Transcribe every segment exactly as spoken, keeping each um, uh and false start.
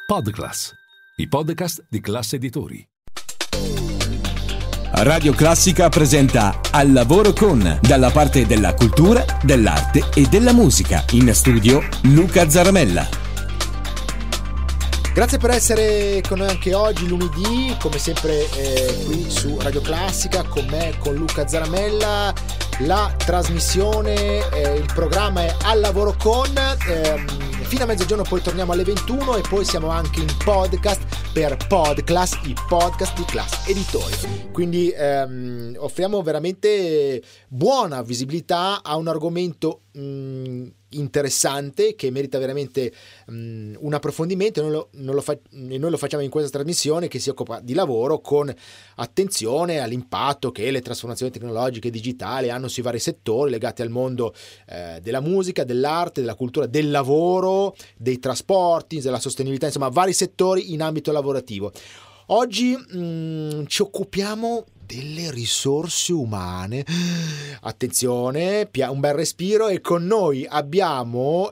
Podclass, i podcast di Class Editori. Radio Classica presenta Al lavoro con, dalla parte della cultura, dell'arte e della musica. In studio Luca Zaramella. Grazie per essere con noi anche oggi, lunedì, come sempre eh, qui su Radio Classica, con me, con Luca Zaramella. La trasmissione, eh, il programma è Al lavoro con, ehm, fino a mezzogiorno, poi torniamo alle ventuno e poi siamo anche in podcast per Podclass, i podcast di Class Editori. Quindi ehm, offriamo veramente buona visibilità a un argomento mh, interessante che merita veramente um, un approfondimento. Noi lo, non lo fa- noi lo facciamo in questa trasmissione che si occupa di lavoro, con attenzione all'impatto che le trasformazioni tecnologiche e digitali hanno sui vari settori legati al mondo eh, della musica, dell'arte, della cultura, del lavoro, dei trasporti, della sostenibilità, insomma vari settori in ambito lavorativo. Oggi mh, ci occupiamo delle risorse umane. Attenzione, un bel respiro, e con noi abbiamo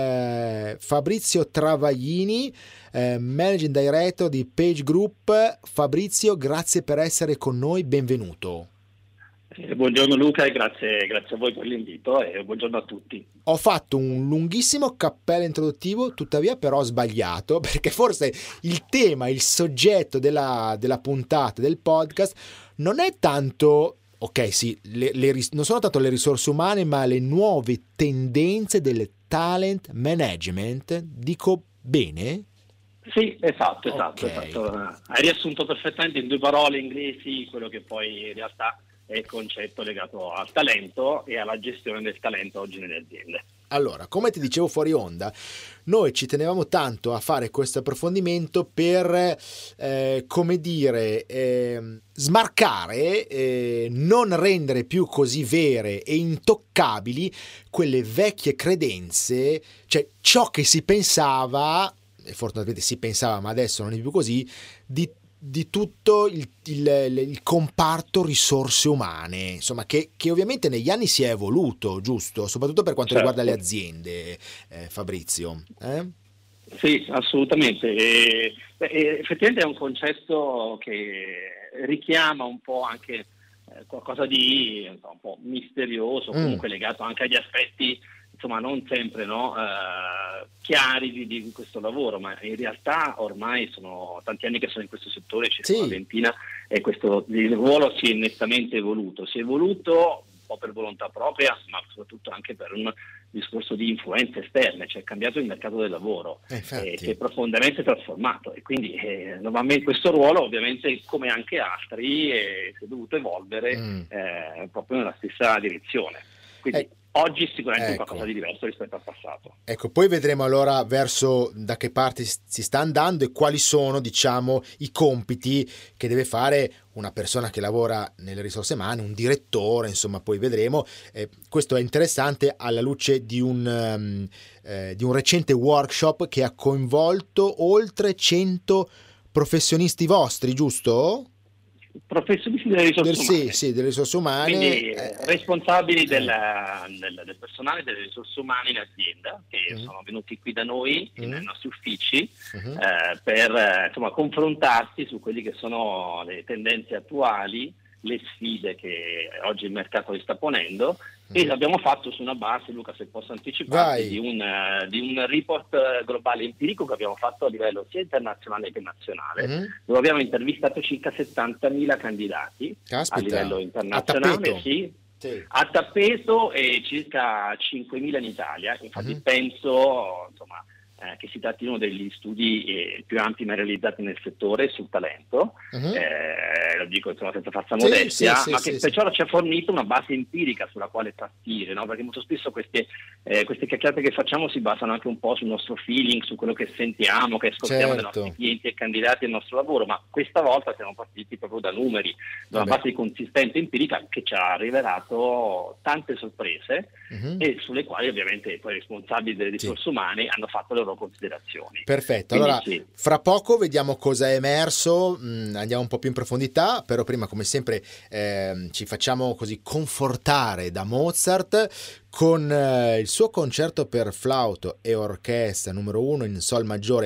eh, Fabrizio Travaglini, eh, Managing Director di Page Group. Fabrizio, grazie per essere con noi, benvenuto. Eh, buongiorno Luca e grazie, grazie a voi per l'invito e buongiorno a tutti. Ho fatto un lunghissimo cappello introduttivo, tuttavia però ho sbagliato, perché forse il tema, il soggetto della, della puntata del podcast non è tanto, ok sì, le, le, non sono tanto le risorse umane, ma le nuove tendenze del talent management. Dico bene? Sì, esatto, esatto, Okay. esatto. Hai riassunto perfettamente in due parole inglesi quello che poi in realtà è il concetto legato al talento e alla gestione del talento oggi nelle aziende. Allora, come ti dicevo fuori onda, noi ci tenevamo tanto a fare questo approfondimento per, eh, come dire, eh, smarcare, eh, non rendere più così vere e intoccabili quelle vecchie credenze, cioè ciò che si pensava, e fortunatamente si pensava, ma adesso non è più così, di di tutto il, il, il comparto risorse umane, insomma, che, che ovviamente negli anni si è evoluto, giusto? Soprattutto per quanto Certo. riguarda le aziende, eh, Fabrizio. Eh? Sì, assolutamente. E, e, effettivamente è un concetto che richiama un po' anche eh, qualcosa di insomma, un po' misterioso, comunque mm. legato anche agli aspetti, insomma, non sempre no, eh, chiari di, di questo lavoro, ma in realtà ormai sono tanti anni che sono in questo settore, circa Sì. una ventina, e questo il ruolo si è nettamente evoluto. Si è evoluto un po' per volontà propria, ma soprattutto anche per un discorso di influenze esterne, cioè è cambiato il mercato del lavoro, eh, si è profondamente trasformato, e quindi eh, normalmente questo ruolo, ovviamente come anche altri, eh, si è dovuto evolvere mm. eh, proprio nella stessa direzione. Quindi eh. oggi sicuramente ecco. è qualcosa di diverso rispetto al passato. Ecco, poi vedremo allora verso da che parte si sta andando e quali sono, diciamo, i compiti che deve fare una persona che lavora nelle risorse umane, un direttore, insomma, poi vedremo. Eh, questo è interessante alla luce di un, um, eh, di un recente workshop che ha coinvolto oltre cento professionisti vostri, giusto? Professionisti delle risorse del, umane. Sì, sì, delle risorse umane. Quindi eh, responsabili eh. del, del, del personale delle risorse umane in azienda, che mm. sono venuti qui da noi, mm. nei nostri uffici, mm-hmm. eh, per insomma confrontarsi su quelli che sono le tendenze attuali, le sfide che oggi il mercato li sta ponendo, e l'abbiamo fatto su una base, Luca, se posso anticiparti, di un, uh, di un report globale empirico che abbiamo fatto a livello sia internazionale che nazionale, mm-hmm. dove abbiamo intervistato circa settantamila candidati. Caspita. A livello internazionale, a sì, sì. a tappeto, e circa cinquemila in Italia. Infatti mm-hmm. penso insomma Eh, che si tratti di uno degli studi eh, più ampi mai realizzati nel settore sul talento, uh-huh. eh, lo dico insomma senza falsa modestia, sì, sì, ma sì, che sì, perciò sì. ci ha fornito una base empirica sulla quale partire, no? Perché molto spesso queste, eh, queste chiacchierate che facciamo si basano anche un po' sul nostro feeling, su quello che sentiamo, che ascoltiamo certo. dai nostri clienti e candidati al nostro lavoro, ma questa volta siamo partiti proprio da numeri, da una Vabbè. base consistente empirica che ci ha rivelato tante sorprese, uh-huh. e sulle quali ovviamente poi i responsabili delle risorse sì. umane hanno fatto le loro considerazioni. Perfetto, Quindi, allora sì. fra poco vediamo cosa è emerso, mh, andiamo un po' più in profondità, però prima come sempre eh, ci facciamo così confortare da Mozart con eh, il suo concerto per flauto e orchestra numero uno in sol maggiore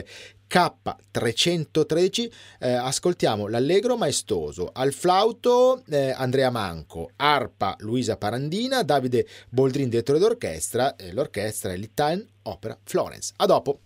K trecentotredici. Eh, ascoltiamo l'Allegro maestoso, al flauto eh, Andrea Manco, arpa Luisa Parandina, Davide Boldrin direttore d'orchestra, eh, l'orchestra è l'Italian Opera Florence. A dopo.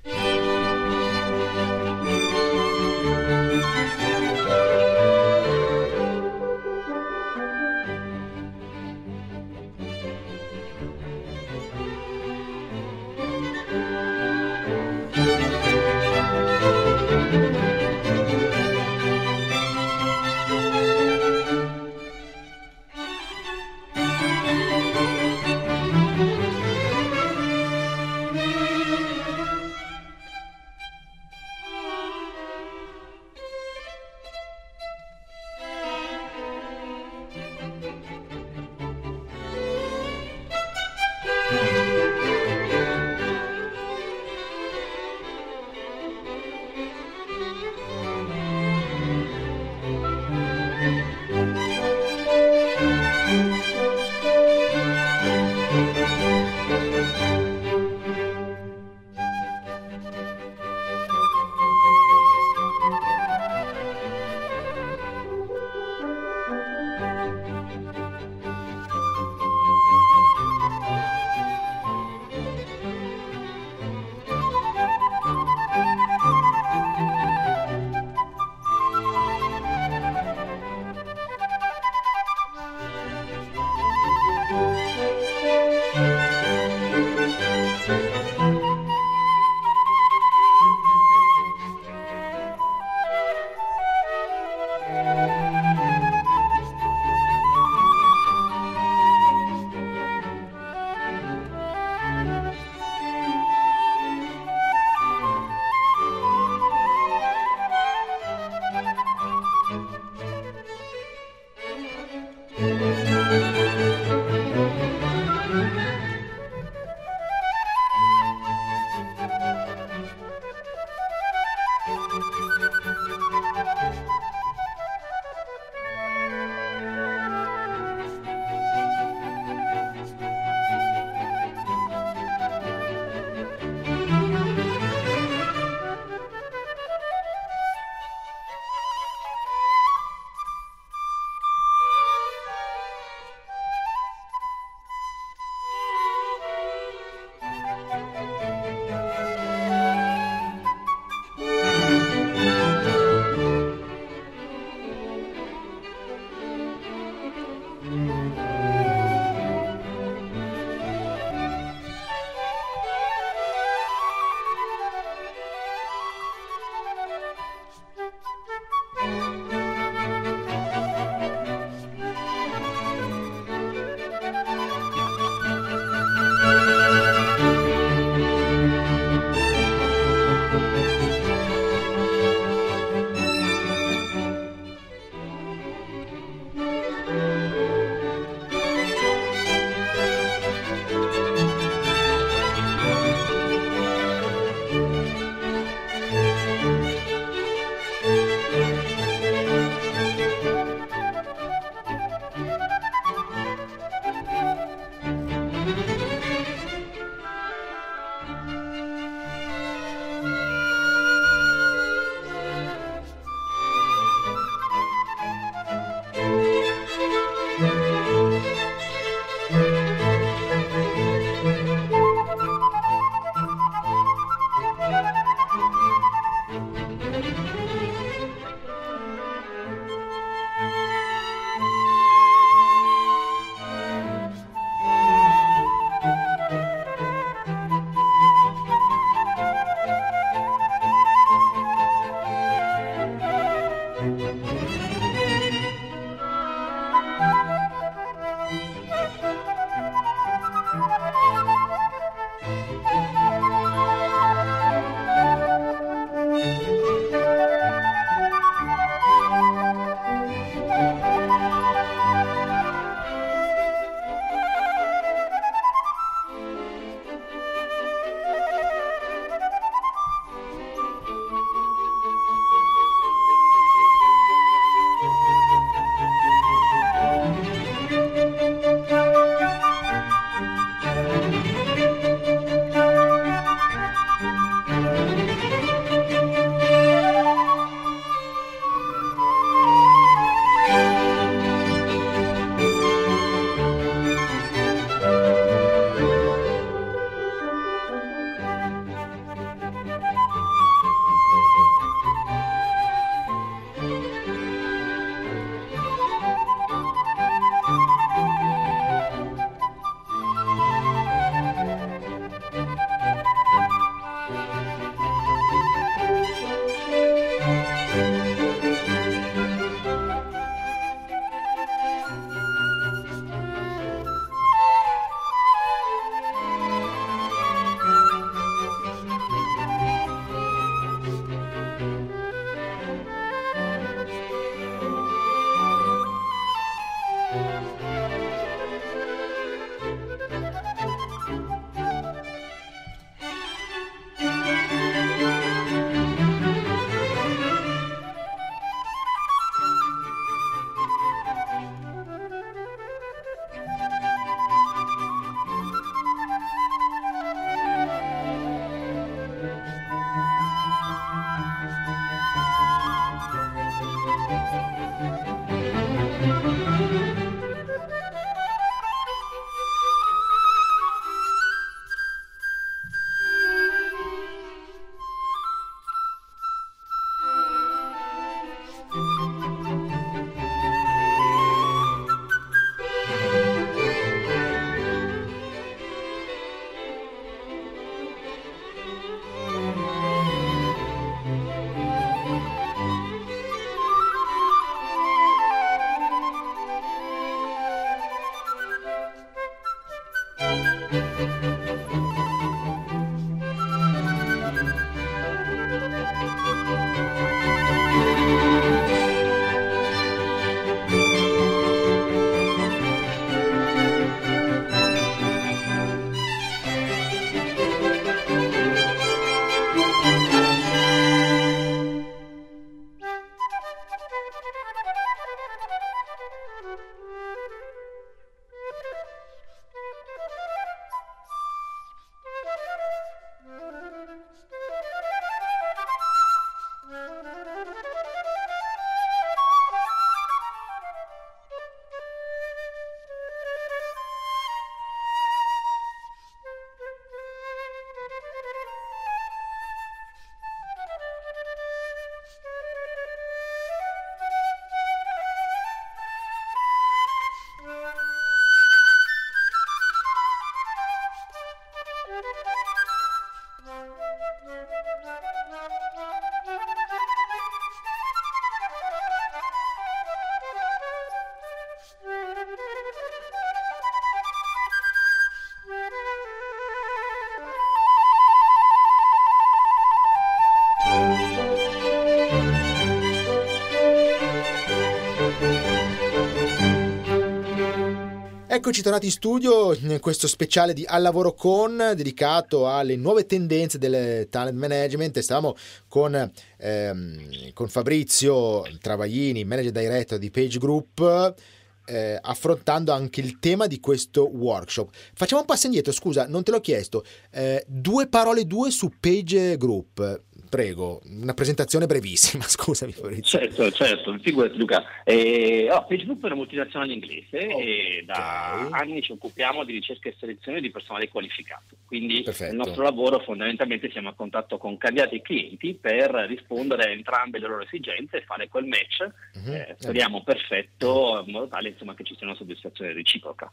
Eccoci tornati in studio in questo speciale di Al Lavoro Con, dedicato alle nuove tendenze del talent management. Stavamo con, ehm, con Fabrizio Travaglini, manager director di Page Group, eh, affrontando anche il tema di questo workshop. Facciamo un passo indietro, scusa, non te l'ho chiesto. Eh, due parole due su Page Group. Prego, una presentazione brevissima, scusami Fabrizio. Certo, certo, figurati Luca. Eh, oh, Page Group è una multinazionale inglese okay. e da anni ci occupiamo di ricerca e selezione di personale qualificato. Quindi Perfetto. Il nostro lavoro fondamentalmente siamo a contatto con candidati e clienti per rispondere a entrambe le loro esigenze e fare quel match, mm-hmm. eh, speriamo perfetto, in modo tale insomma, che ci sia una soddisfazione reciproca.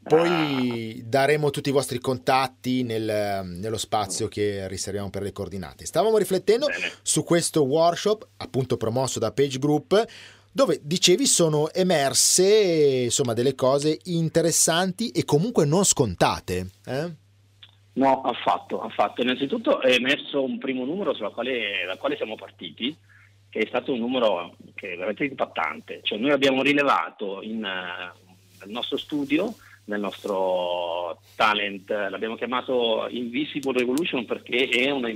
Poi daremo tutti i vostri contatti nel, nello spazio che riserviamo per le coordinate. Stavamo riflettendo Bene. su questo workshop, appunto promosso da Page Group, dove dicevi sono emerse insomma delle cose interessanti e comunque non scontate. Eh? No, affatto, affatto. Innanzitutto è emerso un primo numero sulla quale, dal quale siamo partiti, che è stato un numero che è veramente impattante. Cioè noi abbiamo rilevato in, uh, nel nostro studio, nel nostro talent, l'abbiamo chiamato Invisible Revolution perché è una,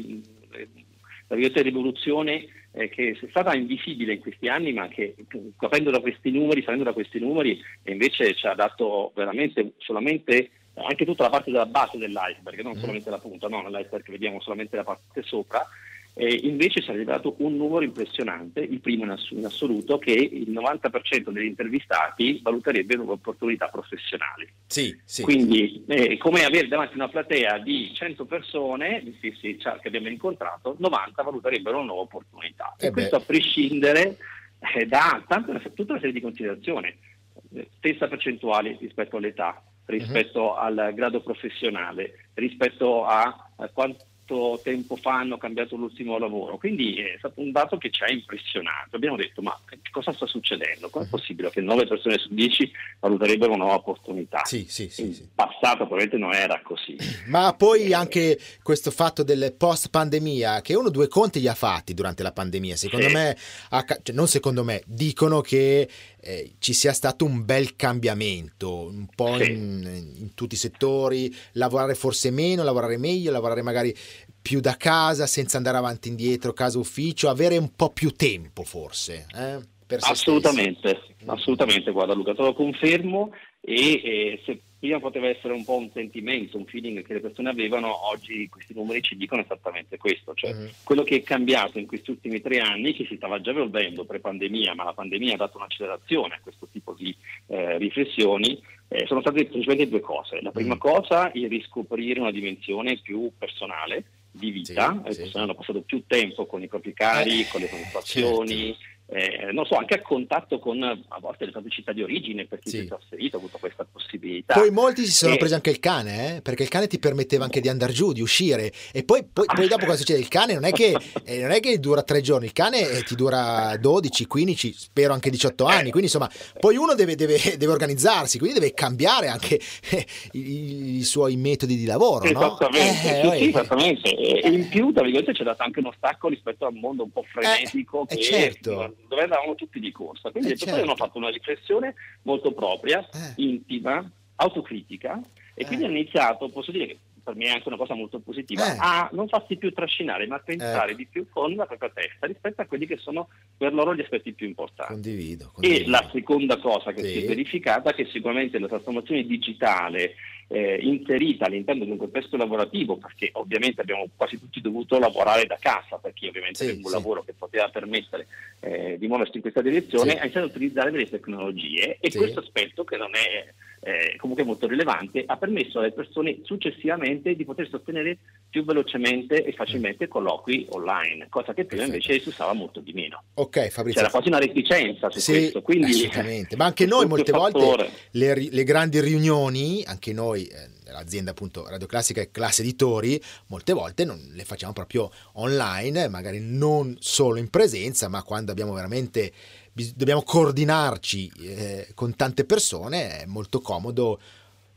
una rivoluzione eh, che è stata invisibile in questi anni, ma che capendo da questi numeri, salendo da questi numeri, invece ci ha dato veramente solamente anche tutta la parte della base dell'iceberg, non solamente la punta, no, nell'iceberg vediamo solamente la parte sopra. E invece si è arrivato un numero impressionante, il primo in, ass- in assoluto, che il novanta per cento degli intervistati valuterebbe nuove opportunità professionali. Sì, sì. Quindi è come avere davanti una platea di cento persone sì, sì, cioè, che abbiamo incontrato, novanta valuterebbero una nuova opportunità. E, e questo a prescindere eh, da tanta, tutta una serie di considerazioni, stessa percentuale rispetto all'età, rispetto uh-huh. al grado professionale, rispetto a, a quanto tempo fa hanno cambiato l'ultimo lavoro. Quindi è stato un dato che ci ha impressionato. Abbiamo detto ma che cosa sta succedendo? Com'è possibile che nove persone su dieci valuterebbero una nuova opportunità? Sì, sì, sì, in sì. passato probabilmente non era così. Ma poi anche questo fatto del post pandemia, che uno due conti li ha fatti durante la pandemia, secondo sì. me cioè non secondo me dicono che eh, ci sia stato un bel cambiamento un po' sì. in, in tutti i settori, lavorare forse meno, lavorare meglio, lavorare magari più da casa senza andare avanti e indietro, casa ufficio, avere un po' più tempo forse eh, per se assolutamente stessi. Assolutamente, guarda Luca, te lo confermo. E eh, se prima poteva essere un po' un sentimento, un feeling che le persone avevano, oggi questi numeri ci dicono esattamente questo, cioè uh-huh. quello che è cambiato in questi ultimi tre anni, che si stava già evolvendo pre-pandemia, ma la pandemia ha dato un'accelerazione a questo tipo di eh, riflessioni, eh, sono state principalmente due cose. La prima uh-huh. cosa, il riscoprire una dimensione più personale di vita, sì, le persone sì. hanno passato più tempo con i propri cari, eh, con le conversazioni, certo. Eh, non so, anche a contatto con a volte le proprie città di origine, per chi sì. si è trasferito, ha avuto questa possibilità. Poi molti si sono e... presi anche il cane, eh? Perché il cane ti permetteva anche di andare giù, di uscire, e poi, poi, poi dopo cosa succede? Il cane non è che eh, non è che dura tre giorni, il cane eh, ti dura dodici, quindici, spero anche diciotto anni, quindi insomma poi uno deve, deve, deve organizzarsi, quindi deve cambiare anche eh, i, i suoi metodi di lavoro, esattamente, no? Eh, sì, sì, esattamente. E in più, tra virgolette, c'è dato anche uno stacco rispetto al mondo un po' frenetico eh, che eh, certo. dove andavano tutti di corsa, quindi eh le persone certo. hanno fatto una riflessione molto propria, eh. intima, autocritica e eh. quindi hanno iniziato, posso dire che per me è anche una cosa molto positiva, eh. a non farsi più trascinare, ma a pensare eh. di più con la propria testa rispetto a quelli che sono per loro gli aspetti più importanti. Condivido, condivido. E la seconda cosa che sì. si è verificata è che sicuramente la trasformazione digitale eh, inserita all'interno di un contesto lavorativo, perché ovviamente abbiamo quasi tutti dovuto lavorare da casa, perché ovviamente sì, aveva un sì. lavoro che poteva permettere eh, di muoversi in questa direzione, sì. ha iniziato a utilizzare delle tecnologie e sì. questo aspetto, che non è eh, comunque molto rilevante, ha permesso alle persone successivamente di poter sostenere più velocemente e facilmente colloqui online, cosa che prima Perfetto. invece si usava molto di meno. Ok, Fabrizio. C'era quasi una reticenza su sì, questo, quindi assolutamente. Ma anche noi molte fattore. volte le, le grandi riunioni, anche noi eh, l'azienda appunto Radio Classica e Classe Editori, molte volte non le facciamo proprio online, magari non solo in presenza, ma quando abbiamo veramente dobbiamo coordinarci eh, con tante persone, è molto comodo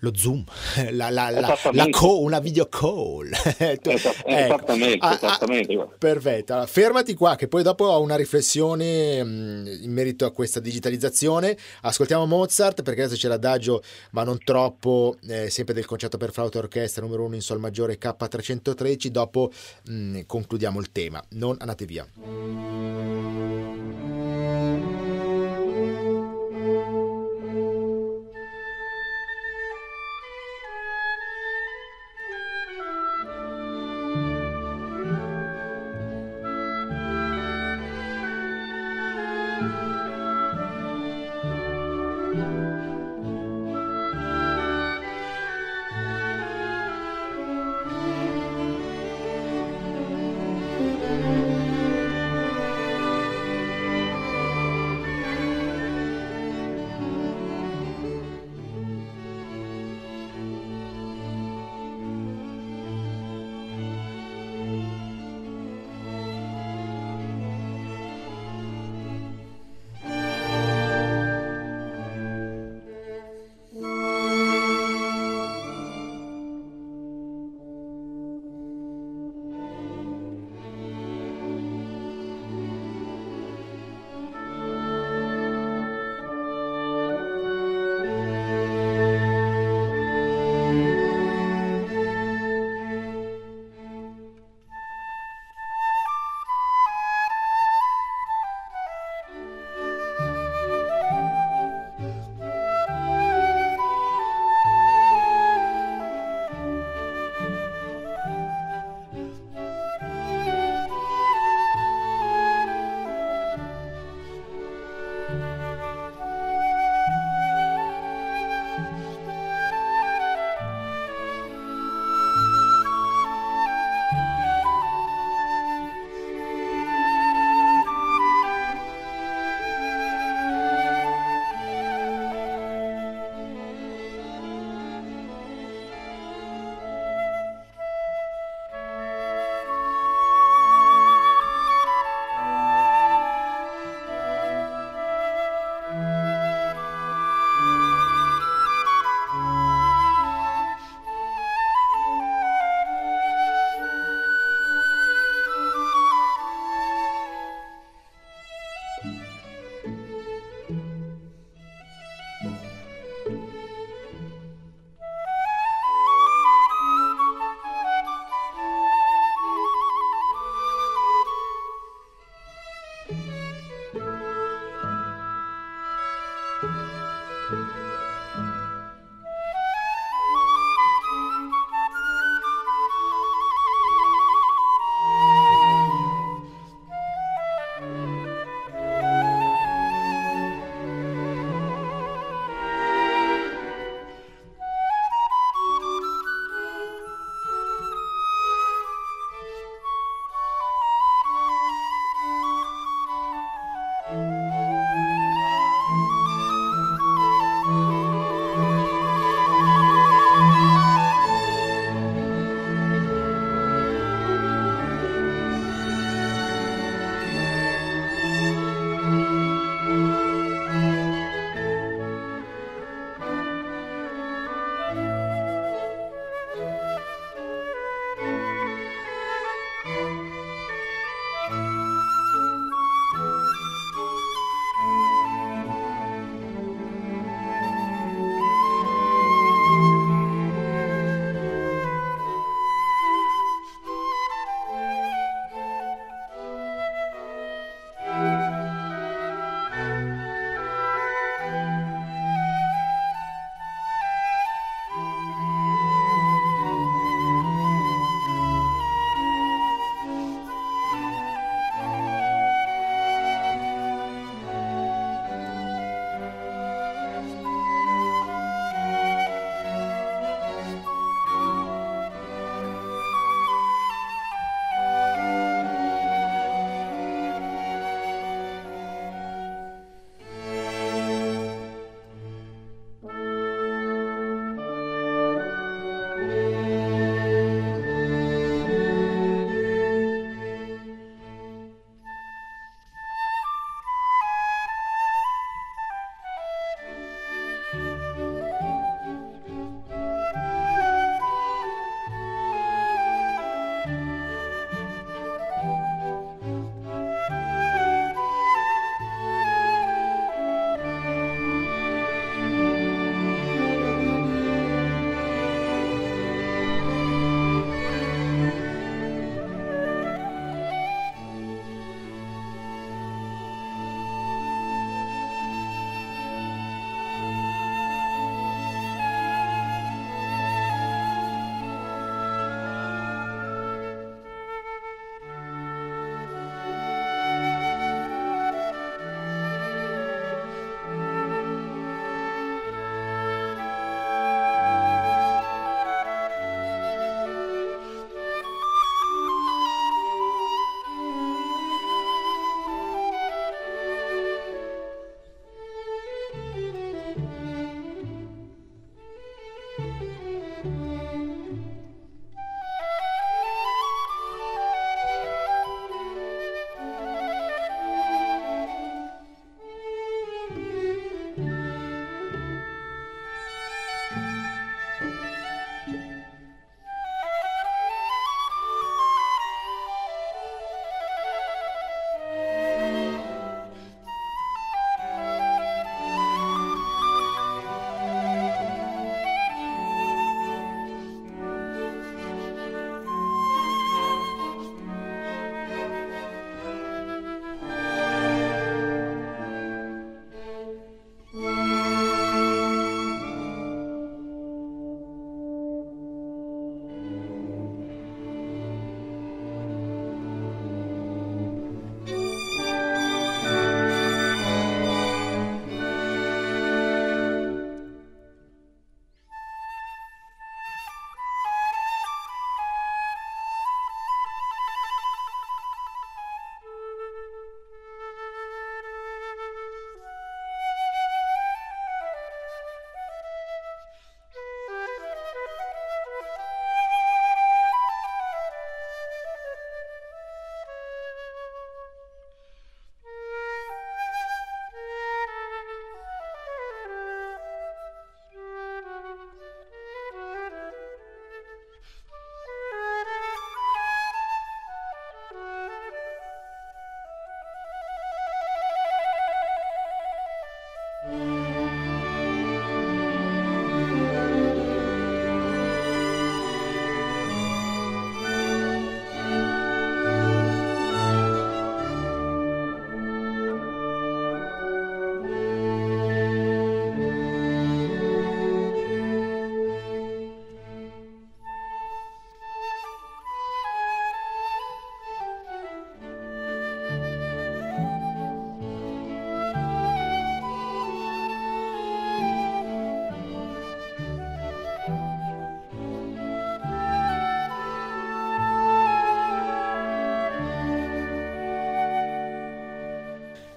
lo zoom, la, la, la, la call, una video call. Esattamente, ecco. esattamente, ah, esattamente. Ah, perfetto, allora, fermati qua che poi dopo ho una riflessione mh, in merito a questa digitalizzazione. Ascoltiamo Mozart perché adesso c'è l'adagio ma non troppo, eh, sempre del concerto per flauto e orchestra numero uno in sol maggiore K trecentotredici, dopo mh, concludiamo il tema, non andate via.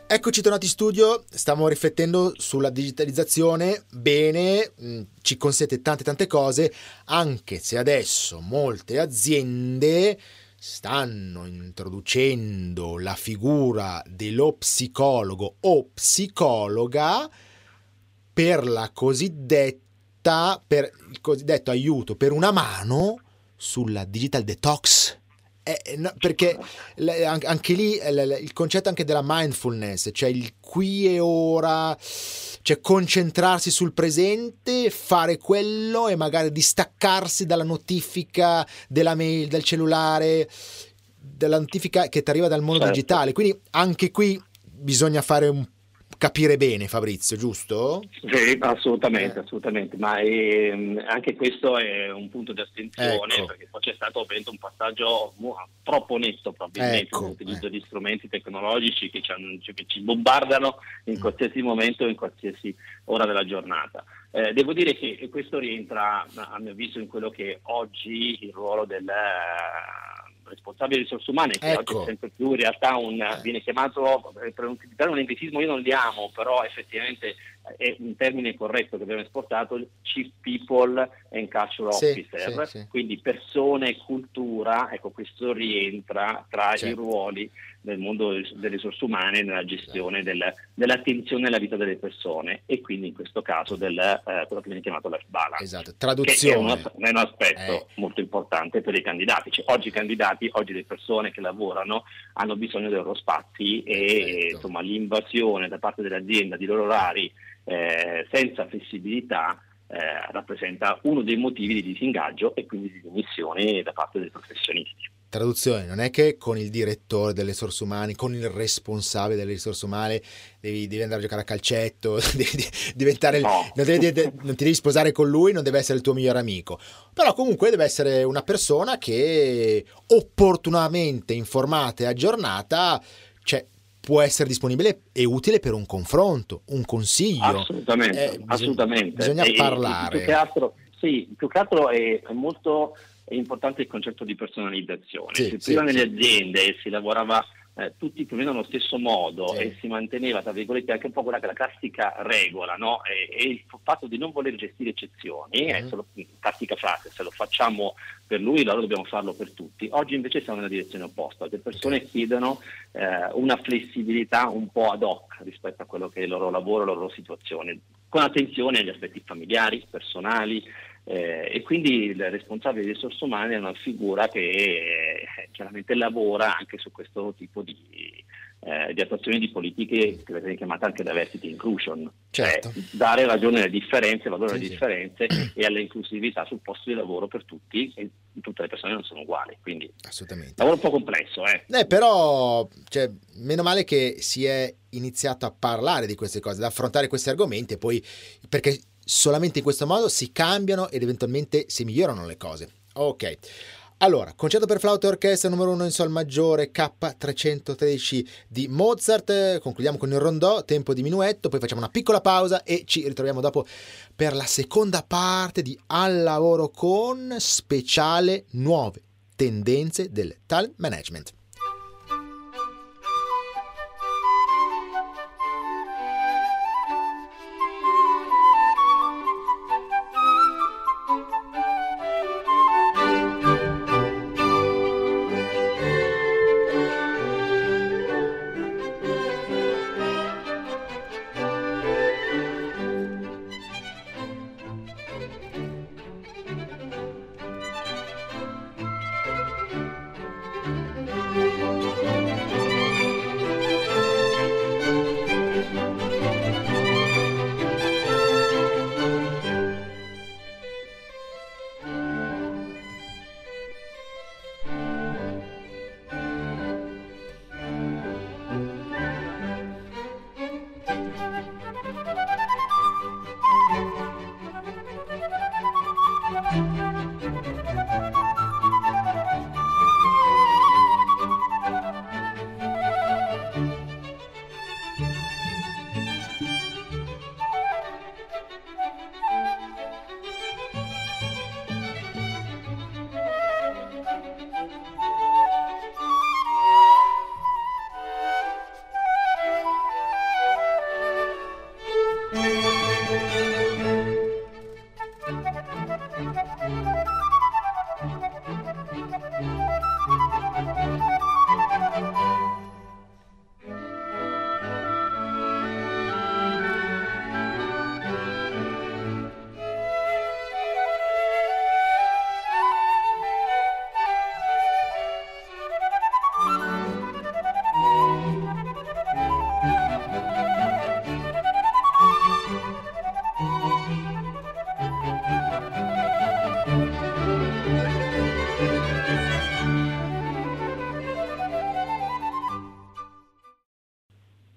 Eccoci tornati in studio, stiamo riflettendo sulla digitalizzazione, bene, mh, ci consente tante tante cose, anche se adesso molte aziende stanno introducendo la figura dello psicologo o psicologa per la cosiddetta, per il cosiddetto aiuto, per una mano sulla digital detox. Eh, no, perché l- anche lì l- il concetto anche della mindfulness, cioè il qui e ora, cioè concentrarsi sul presente, fare quello e magari distaccarsi dalla notifica della mail, del cellulare, dalla notifica che ti arriva dal mondo certo. digitale. Quindi anche qui bisogna fare un capire bene, Fabrizio, giusto? Sì, assolutamente, Eh. assolutamente, ma ehm, anche questo è un punto di attenzione, Ecco. perché poi c'è stato ovviamente un passaggio mu- troppo netto probabilmente Ecco, nell'utilizzo eh. di strumenti tecnologici che ci, hanno- che ci bombardano in qualsiasi momento, in qualsiasi ora della giornata. Eh, devo dire che questo rientra, a mio avviso, in quello che oggi il ruolo del eh, responsabile di risorse umane, che Ecco. oggi è sempre più in realtà un, viene chiamato, eh, per utilizzare un anglicismo io non li amo, però effettivamente è un termine corretto che abbiamo esportato, Chief People and Culture Sì, Officer, sì, sì. quindi persone e cultura, ecco, questo rientra tra Certo. i ruoli del mondo delle risorse umane nella gestione del, dell'attenzione alla vita delle persone e quindi in questo caso del eh, quello che viene chiamato life balance. Esatto, Che è, traduzione. un, è un aspetto Eh. molto importante per i candidati. Cioè, oggi i candidati, oggi le persone che lavorano hanno bisogno dei loro spazi e Perfetto. insomma l'invasione da parte dell'azienda di loro orari eh, senza flessibilità eh, rappresenta uno dei motivi di disingaggio e quindi di dimissioni da parte dei professionisti. Traduzione, non è che con il direttore delle risorse umane, con il responsabile delle risorse umane devi, devi andare a giocare a calcetto, devi, devi diventare il, No. non, devi- de- non ti devi sposare con lui, non deve essere il tuo migliore amico, però comunque deve essere una persona che opportunamente informata e aggiornata, cioè può essere disponibile e utile per un confronto, un consiglio. Assolutamente, Eh, bisogna- assolutamente. bisogna E- e parlare. Più che altro, sì, più che altro è, è molto è importante il concetto di personalizzazione. Sì, Se sì, prima nelle sì. aziende si lavorava eh, tutti più o meno nello stesso modo Sì. e si manteneva, tra virgolette, anche un po' quella che è la classica regola, no? E, e il fatto di non voler gestire eccezioni, Mhm. è solo classica frase, se lo facciamo per lui, allora dobbiamo farlo per tutti. Oggi invece siamo nella direzione opposta, le persone Ok. chiedono eh, una flessibilità un po' ad hoc rispetto a quello che è il loro lavoro, la loro situazione, con attenzione agli aspetti familiari, personali, eh, e quindi il responsabile di risorse umane è una figura che eh, chiaramente lavora anche su questo tipo di, eh, di attuazione di politiche che viene chiamata anche diversity inclusion, Certo. cioè dare ragione alle differenze, valore alle Sì, sì. differenze e all'inclusività sul posto di lavoro per tutti, e tutte le persone non sono uguali, quindi Assolutamente. lavoro un po' complesso, eh. Eh, però, cioè, meno male che si è iniziato a parlare di queste cose, ad affrontare questi argomenti, e poi perché solamente in questo modo si cambiano ed eventualmente si migliorano le cose. Ok. Allora, concerto per flauto e orchestra numero uno in sol maggiore K trecentotredici di Mozart, concludiamo con il rondò, tempo di minuetto, poi facciamo una piccola pausa e ci ritroviamo dopo per la seconda parte di Al lavoro con, speciale nuove tendenze del talent management.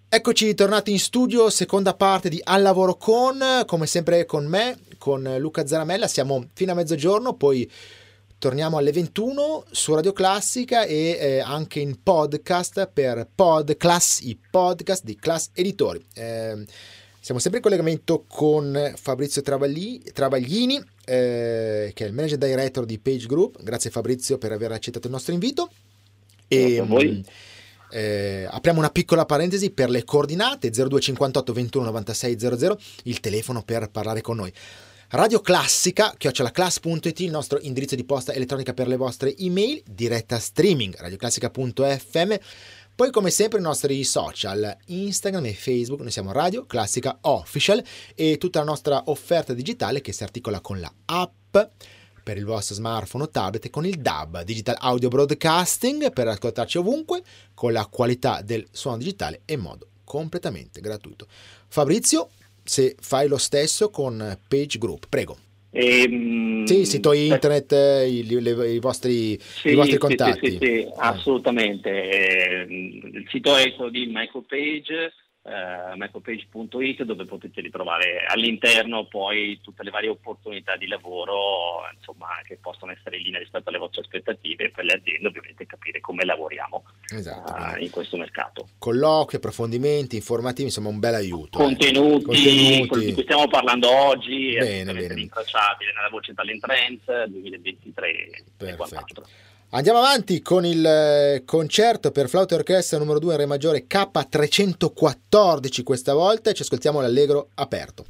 Eccoci tornati in studio, seconda parte di Al Lavoro Con, come sempre con me, con Luca Zaramella. Siamo fino a mezzogiorno, poi torniamo alle ventuno su Radio Classica e eh, anche in podcast per Podclass, i podcast di Class Editori. Eh, siamo sempre in collegamento con Fabrizio Travagli, Travaglini, eh, che è il Manager Director di Page Group. Grazie Fabrizio per aver accettato il nostro invito. Grazie a voi. Eh, apriamo una piccola parentesi per le coordinate: zero due cinquantotto ventuno novantasei zero zero, il telefono per parlare con noi. Radio Classica chiocciola class punto it, il nostro indirizzo di posta elettronica per le vostre email, diretta streaming radioclassica punto effe emme. Poi come sempre i nostri social, Instagram e Facebook, noi siamo Radio Classica Official, e tutta la nostra offerta digitale che si articola con la app per il vostro smartphone o tablet e con il D A B, Digital Audio Broadcasting, per ascoltarci ovunque con la qualità del suono digitale e in modo completamente gratuito. Fabrizio, se fai lo stesso con Page Group, prego. Ehm, sì, sito internet, i, le, i, vostri, sì, i vostri sì, contatti. Sì, sì, sì, assolutamente. Eh, il sito è quello di Michael Page, Uh, michael page punto it, dove potete ritrovare all'interno poi tutte le varie opportunità di lavoro, insomma, che possono essere in linea rispetto alle vostre aspettative, e per le aziende ovviamente capire come lavoriamo esatto, uh, in questo mercato. Colloqui, approfondimenti, informativi, insomma un bel aiuto. Contenuti, eh. Contenuti. di cui stiamo parlando oggi, bene, è bene. rintracciabile nella voce Talent Trends duemilaventitré e quant'altro. Andiamo avanti con il concerto per flauto e orchestra numero due in re maggiore K trecentoquattordici questa volta, e ci ascoltiamo l'allegro aperto.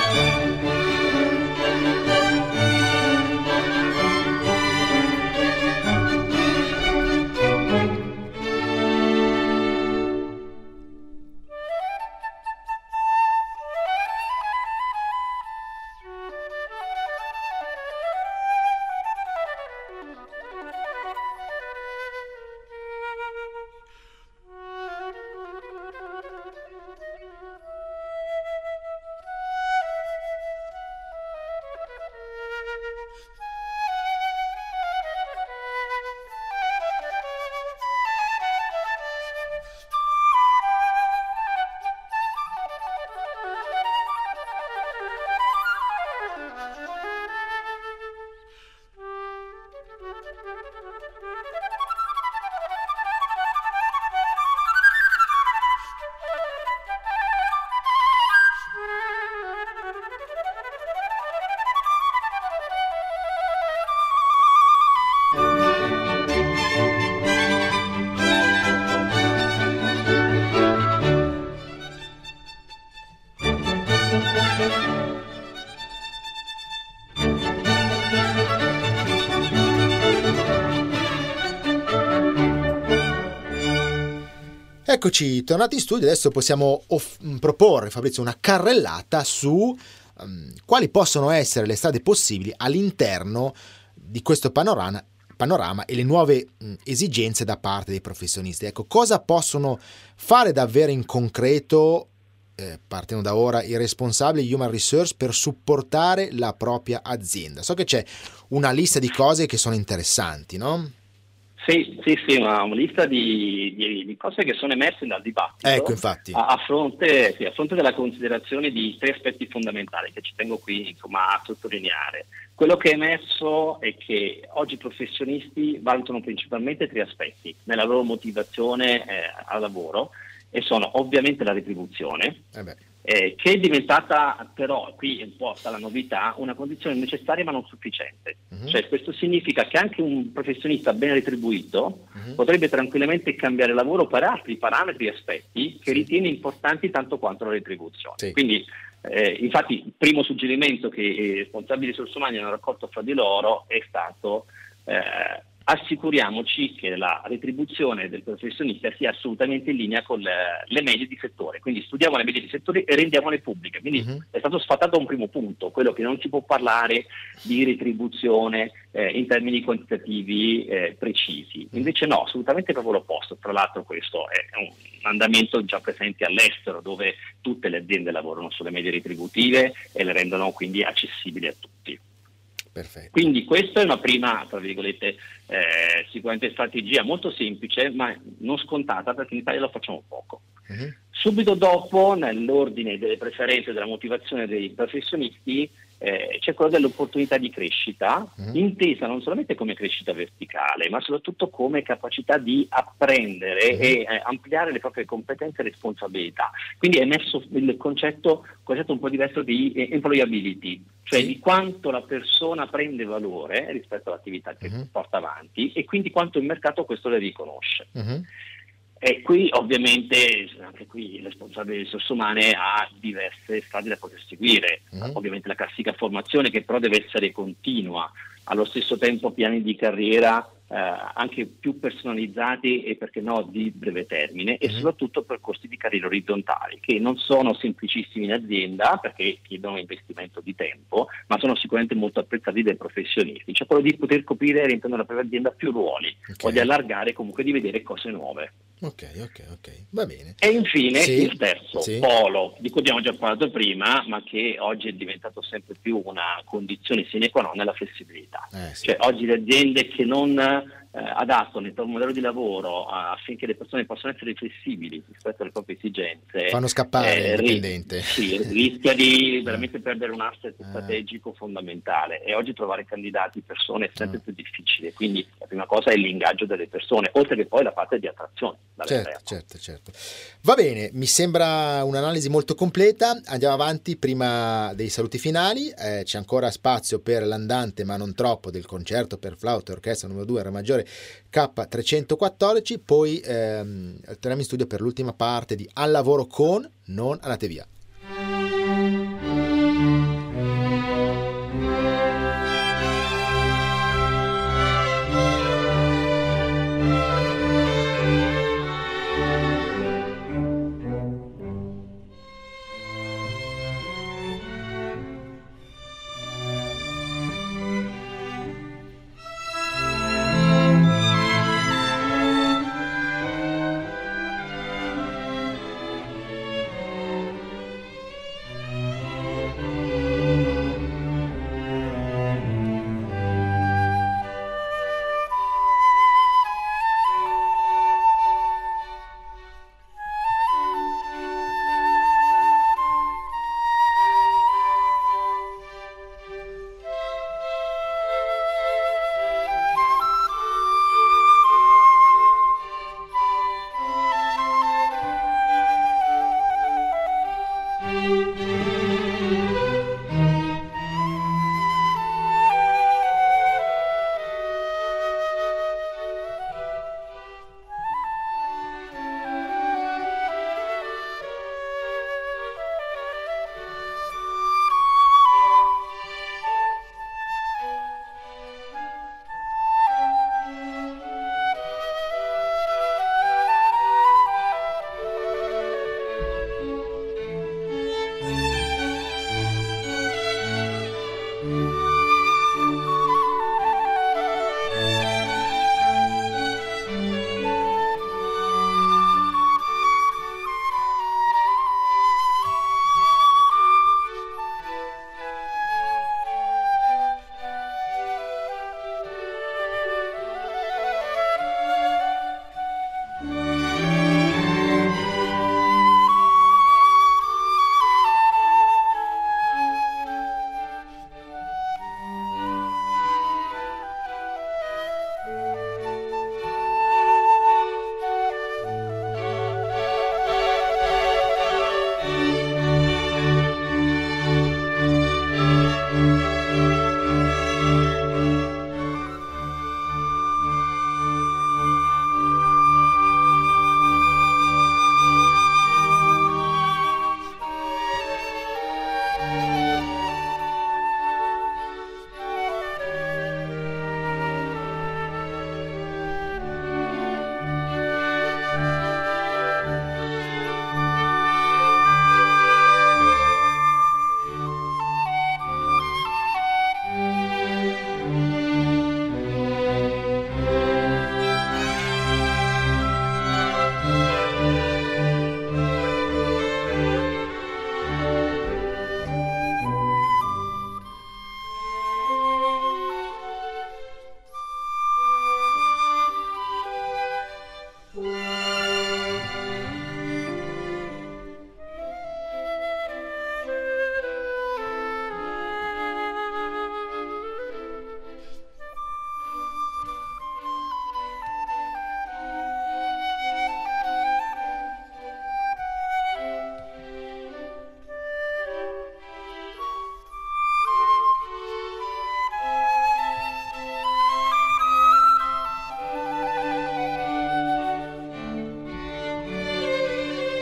Eccoci, tornati in studio, adesso possiamo off- proporre, Fabrizio, una carrellata su um, quali possono essere le strade possibili all'interno di questo panorama, panorama e le nuove mh, esigenze da parte dei professionisti. Ecco, cosa possono fare davvero in concreto, eh, partendo da ora, i responsabili human resource per supportare la propria azienda? So che c'è una lista di cose che sono interessanti, no? Sì, sì, sì, una, una lista di, di, di cose che sono emerse dal dibattito. Ecco, infatti. A, a, fronte, sì, a fronte della considerazione di tre aspetti fondamentali che ci tengo qui, insomma, a sottolineare. Quello che è emerso è che oggi i professionisti valutano principalmente tre aspetti nella loro motivazione eh, al lavoro, e sono ovviamente la retribuzione, Eh beh. Eh, che è diventata però, qui un po' sta la novità, una condizione necessaria ma non sufficiente. Uh-huh. Cioè, questo significa che anche un professionista ben retribuito uh-huh. potrebbe tranquillamente cambiare lavoro per altri parametri e aspetti che sì. ritiene importanti tanto quanto la retribuzione. Sì. Quindi eh, infatti il primo suggerimento che i responsabili risorse umane hanno raccolto fra di loro è stato eh, assicuriamoci che la retribuzione del professionista sia assolutamente in linea con le, le medie di settore, quindi studiamo le medie di settore e rendiamole pubbliche. Quindi uh-huh. è stato sfatato un primo punto, quello che non si può parlare di retribuzione eh, in termini quantitativi eh, precisi. Invece no, assolutamente proprio l'opposto. Tra l'altro questo è un andamento già presente all'estero, dove tutte le aziende lavorano sulle medie retributive e le rendono quindi accessibili a tutti. Perfetto. Quindi questa è una prima, tra virgolette, eh, sicuramente strategia molto semplice, ma non scontata, perché in Italia lo facciamo poco. Uh-huh. Subito dopo, nell'ordine delle preferenze e della motivazione dei professionisti, eh, c'è quello dell'opportunità di crescita, uh-huh. intesa non solamente come crescita verticale, ma soprattutto come capacità di apprendere uh-huh. e eh, ampliare le proprie competenze e responsabilità. Quindi è emerso il concetto, concetto un po' diverso di eh, employability, cioè sì. di quanto la persona prende valore rispetto all'attività che uh-huh. porta avanti, e quindi quanto il mercato questo le riconosce. Uh-huh. E qui ovviamente, anche qui il responsabile di risorse umane ha diverse strade da poter seguire, uh-huh. ovviamente la classica formazione, che però deve essere continua, allo stesso tempo piani di carriera eh, anche più personalizzati e, perché no, di breve termine, uh-huh. e soprattutto percorsi di carriera orizzontali, che non sono semplicissimi in azienda perché chiedono investimento di tempo, ma sono sicuramente molto apprezzati dai professionisti, cioè quello di poter coprire all'interno della propria azienda più ruoli, okay. o di allargare, comunque di vedere cose nuove. Ok, ok, ok, va bene. E infine sì, il terzo sì. polo, di cui abbiamo già parlato prima, ma che oggi è diventato sempre più una condizione sine qua non, è la flessibilità. Eh, sì. Cioè oggi le aziende che non eh, adattano il proprio modello di lavoro affinché le persone possano essere flessibili rispetto alle proprie esigenze, fanno scappare eh, il dipendente. Ri- sì, rischia di veramente perdere un asset eh. strategico fondamentale, e oggi trovare candidati, persone è sempre eh. più difficile. Quindi la prima cosa è l'ingaggio delle persone, oltre che poi la parte di attrazione. Certo, certo, certo. Va bene, mi sembra un'analisi molto completa. Andiamo avanti prima dei saluti finali. Eh, c'è ancora spazio per l'andante, ma non troppo, del concerto per flauto e orchestra numero due Re maggiore K trecentoquattordici. Poi ehm, torniamo in studio per l'ultima parte di Al lavoro con. Non andate via.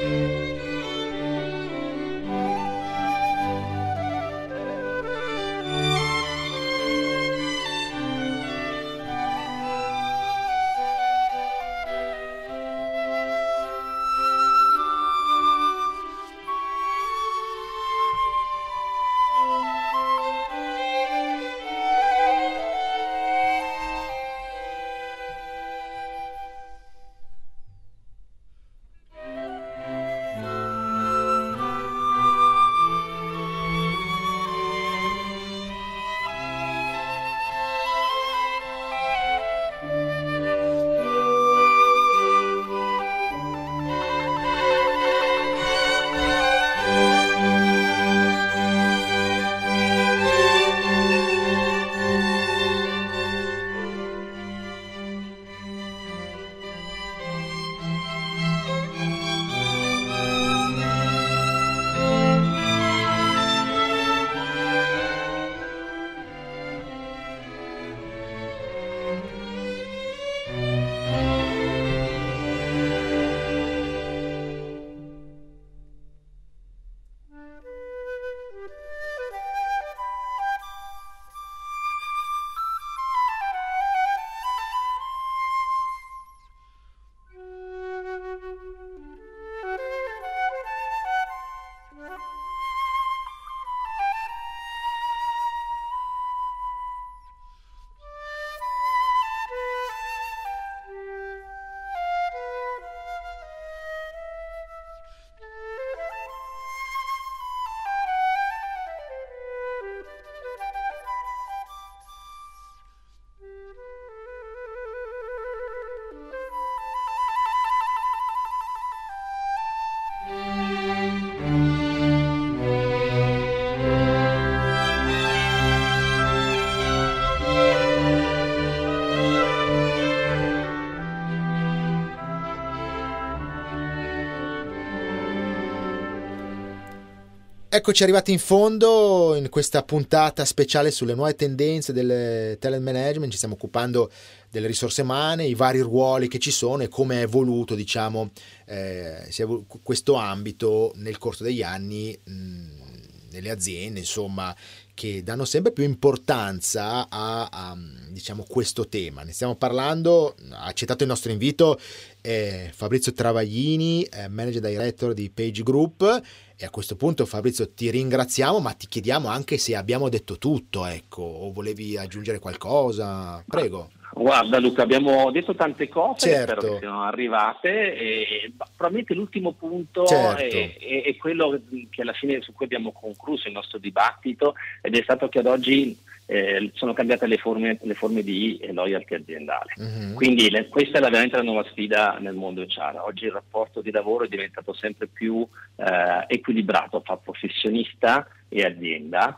Eccoci arrivati in fondo in questa puntata speciale sulle nuove tendenze del talent management. Ci stiamo occupando delle risorse umane, i vari ruoli che ci sono e come è evoluto, diciamo, eh, sia questo ambito nel corso degli anni mh, nelle aziende, insomma, che danno sempre più importanza a, a diciamo questo tema. Ne stiamo parlando, ha accettato il nostro invito eh, Fabrizio Travaglini, eh, manager director di Page Group, e a questo punto Fabrizio ti ringraziamo, ma ti chiediamo anche se abbiamo detto tutto, ecco, o volevi aggiungere qualcosa, prego. Guarda Luca, abbiamo detto tante cose, certo. Spero che siano arrivate, e probabilmente l'ultimo punto certo. è, è, è quello che alla fine su cui abbiamo concluso il nostro dibattito, ed è stato che ad oggi eh, sono cambiate le forme, le forme di loyalty aziendale. Mm-hmm. Quindi le, questa è la, veramente la nuova sfida nel mondo H R. Oggi il rapporto di lavoro è diventato sempre più eh, equilibrato fra professionista e azienda,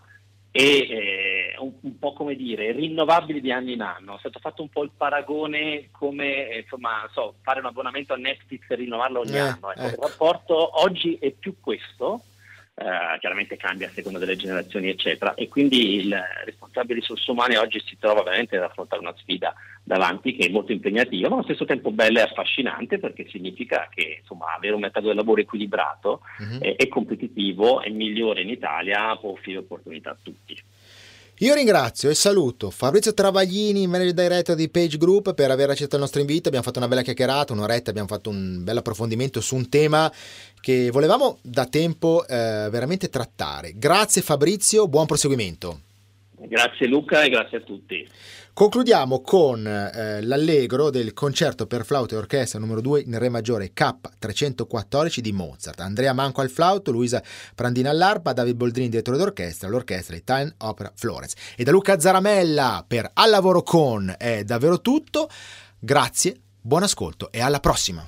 e eh, un, un po' come dire rinnovabili di anno in anno. È stato fatto un po' il paragone come eh, insomma so, fare un abbonamento a Netflix e rinnovarlo ogni eh, anno. Ecco, ecco. Il rapporto oggi è più questo, eh, chiaramente cambia a seconda delle generazioni eccetera, e quindi il responsabile risorse umane oggi si trova veramente ad affrontare una sfida davanti che è molto impegnativa, ma allo stesso tempo bella e affascinante, perché significa che insomma avere un mercato del lavoro equilibrato mm-hmm. e, e competitivo e migliore in Italia può offrire opportunità a tutti. Io ringrazio e saluto Fabrizio Travaglini, manager director di Page Group, per aver accettato il nostro invito. Abbiamo fatto una bella chiacchierata, un'oretta, abbiamo fatto un bel approfondimento su un tema che volevamo da tempo eh, veramente trattare. Grazie Fabrizio, buon proseguimento. Grazie Luca e grazie a tutti. Concludiamo con eh, l'allegro del concerto per flauto e orchestra numero due in re maggiore K trecentoquattordici di Mozart. Andrea Manco al flauto, Luisa Prandina all'arpa, David Boldrini direttore d'orchestra, l'orchestra Italian Opera Florence. E da Luca Zaramella per Al lavoro con è davvero tutto. Grazie, buon ascolto e alla prossima.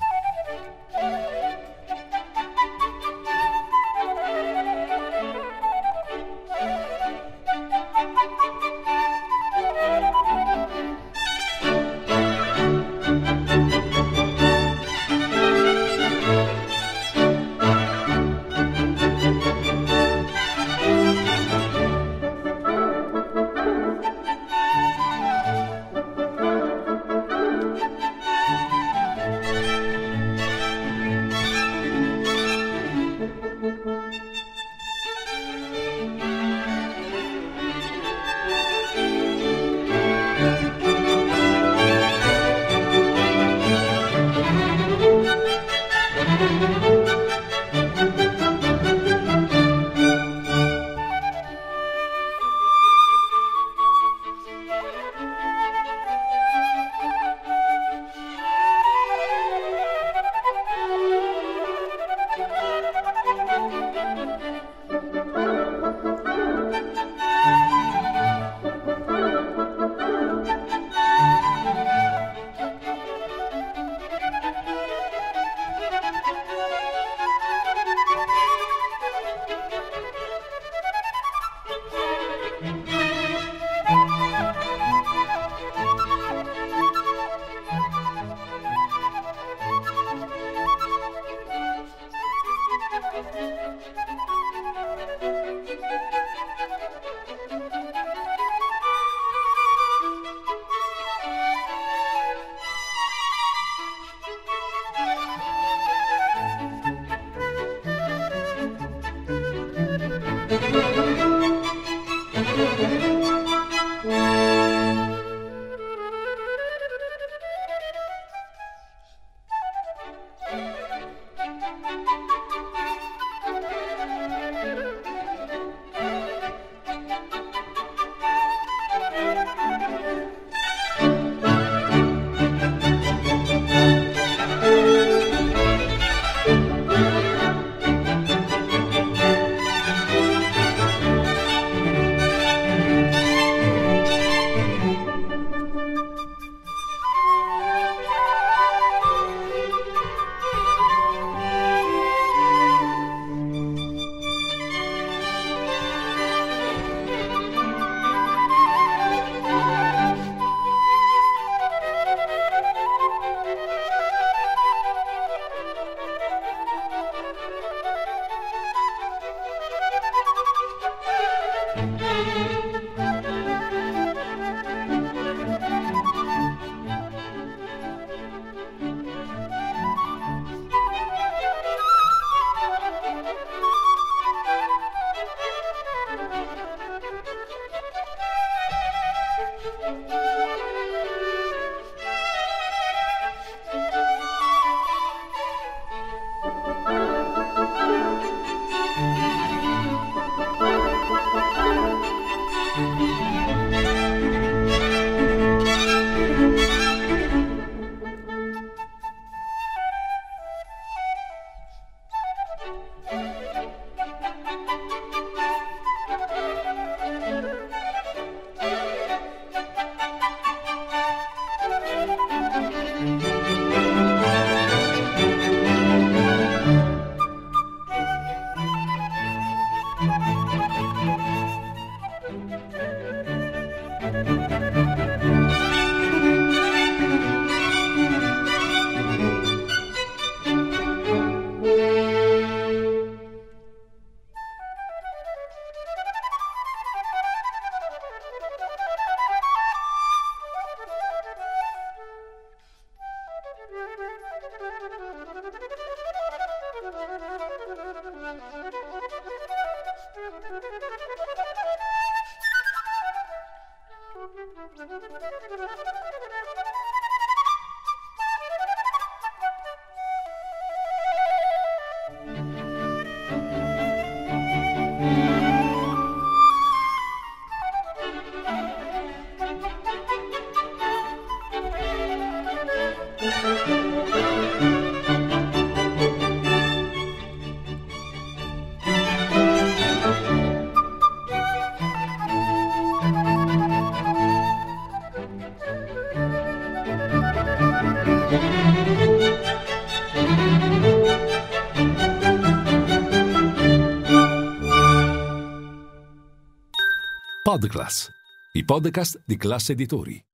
Podclass, i podcast di Classe Editori.